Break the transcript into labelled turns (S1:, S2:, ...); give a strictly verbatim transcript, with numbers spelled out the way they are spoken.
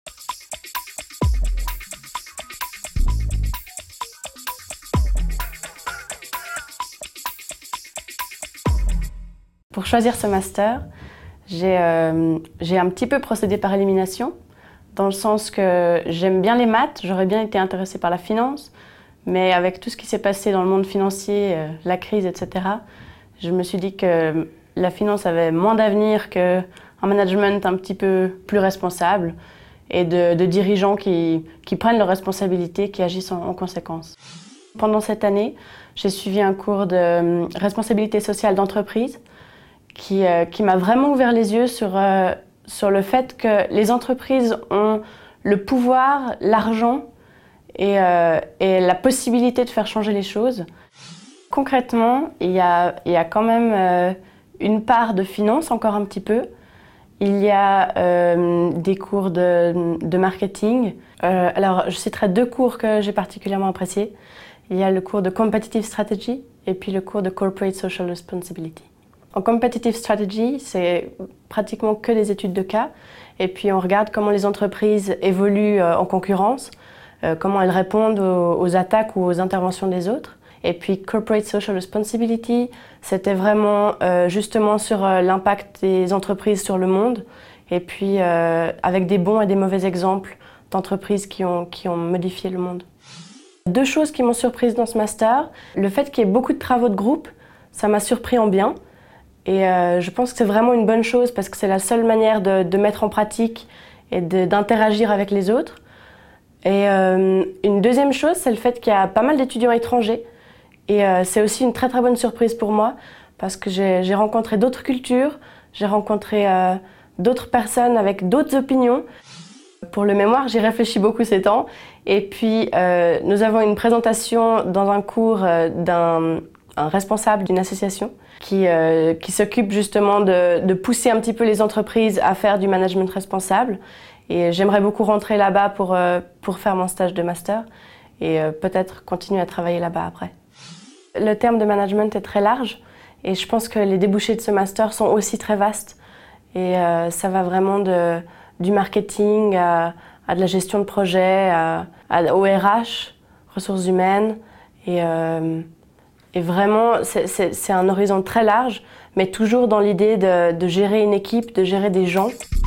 S1: Pour choisir ce master, j'ai euh, j'ai un petit peu procédé par élimination, dans le sens que j'aime bien les maths, j'aurais bien été intéressée par la finance, mais avec tout ce qui s'est passé dans le monde financier, euh, la crise, et cetera, je me suis dit que la finance avait moins d'avenir qu'un management un petit peu plus responsable et de, de dirigeants qui, qui prennent leurs responsabilités, qui agissent en, en conséquence. Pendant cette année, j'ai suivi un cours de responsabilité sociale d'entreprise qui, euh, qui m'a vraiment ouvert les yeux sur, euh, sur le fait que les entreprises ont le pouvoir, l'argent et, euh, et la possibilité de faire changer les choses. Concrètement, il y a, il y a quand même euh, une part de finance, encore un petit peu. Il y a euh, des cours de, de marketing. Euh, alors, je citerai deux cours que j'ai particulièrement appréciés. Il y a le cours de Competitive Strategy et puis le cours de Corporate Social Responsibility. En Competitive Strategy, c'est pratiquement que des études de cas. Et puis, on regarde comment les entreprises évoluent euh, en concurrence, euh, comment elles répondent aux, aux attaques ou aux interventions des autres. Et puis Corporate Social Responsibility, c'était vraiment euh, justement sur euh, l'impact des entreprises sur le monde, et puis euh, avec des bons et des mauvais exemples d'entreprises qui ont, qui ont modifié le monde. Deux choses qui m'ont surprise dans ce master. Le fait qu'il y ait beaucoup de travaux de groupe, ça m'a surpris en bien. Et euh, je pense que c'est vraiment une bonne chose parce que c'est la seule manière de, de mettre en pratique et d'interagir avec les autres. Et euh, une deuxième chose, c'est le fait qu'il y a pas mal d'étudiants étrangers. Et euh, c'est aussi une très très bonne surprise pour moi parce que j'ai rencontré d'autres cultures, j'ai rencontré euh, d'autres personnes avec d'autres opinions. Pour le mémoire, j'y réfléchis beaucoup ces temps. Et puis, euh, nous avons une présentation dans un cours euh, d'un responsable d'une association qui, euh, qui s'occupe justement de, de pousser un petit peu les entreprises à faire du management responsable. Et j'aimerais beaucoup rentrer là-bas pour, euh, pour faire mon stage de master et euh, peut-être continuer à travailler là-bas après. Le terme de management est très large et je pense que les débouchés de ce master sont aussi très vastes. Et euh, ça va vraiment de, du marketing à, à de la gestion de projet, à, à, au R H, ressources humaines. Et, euh, et vraiment, c'est un horizon très large, mais toujours dans l'idée de, de gérer une équipe, de gérer des gens.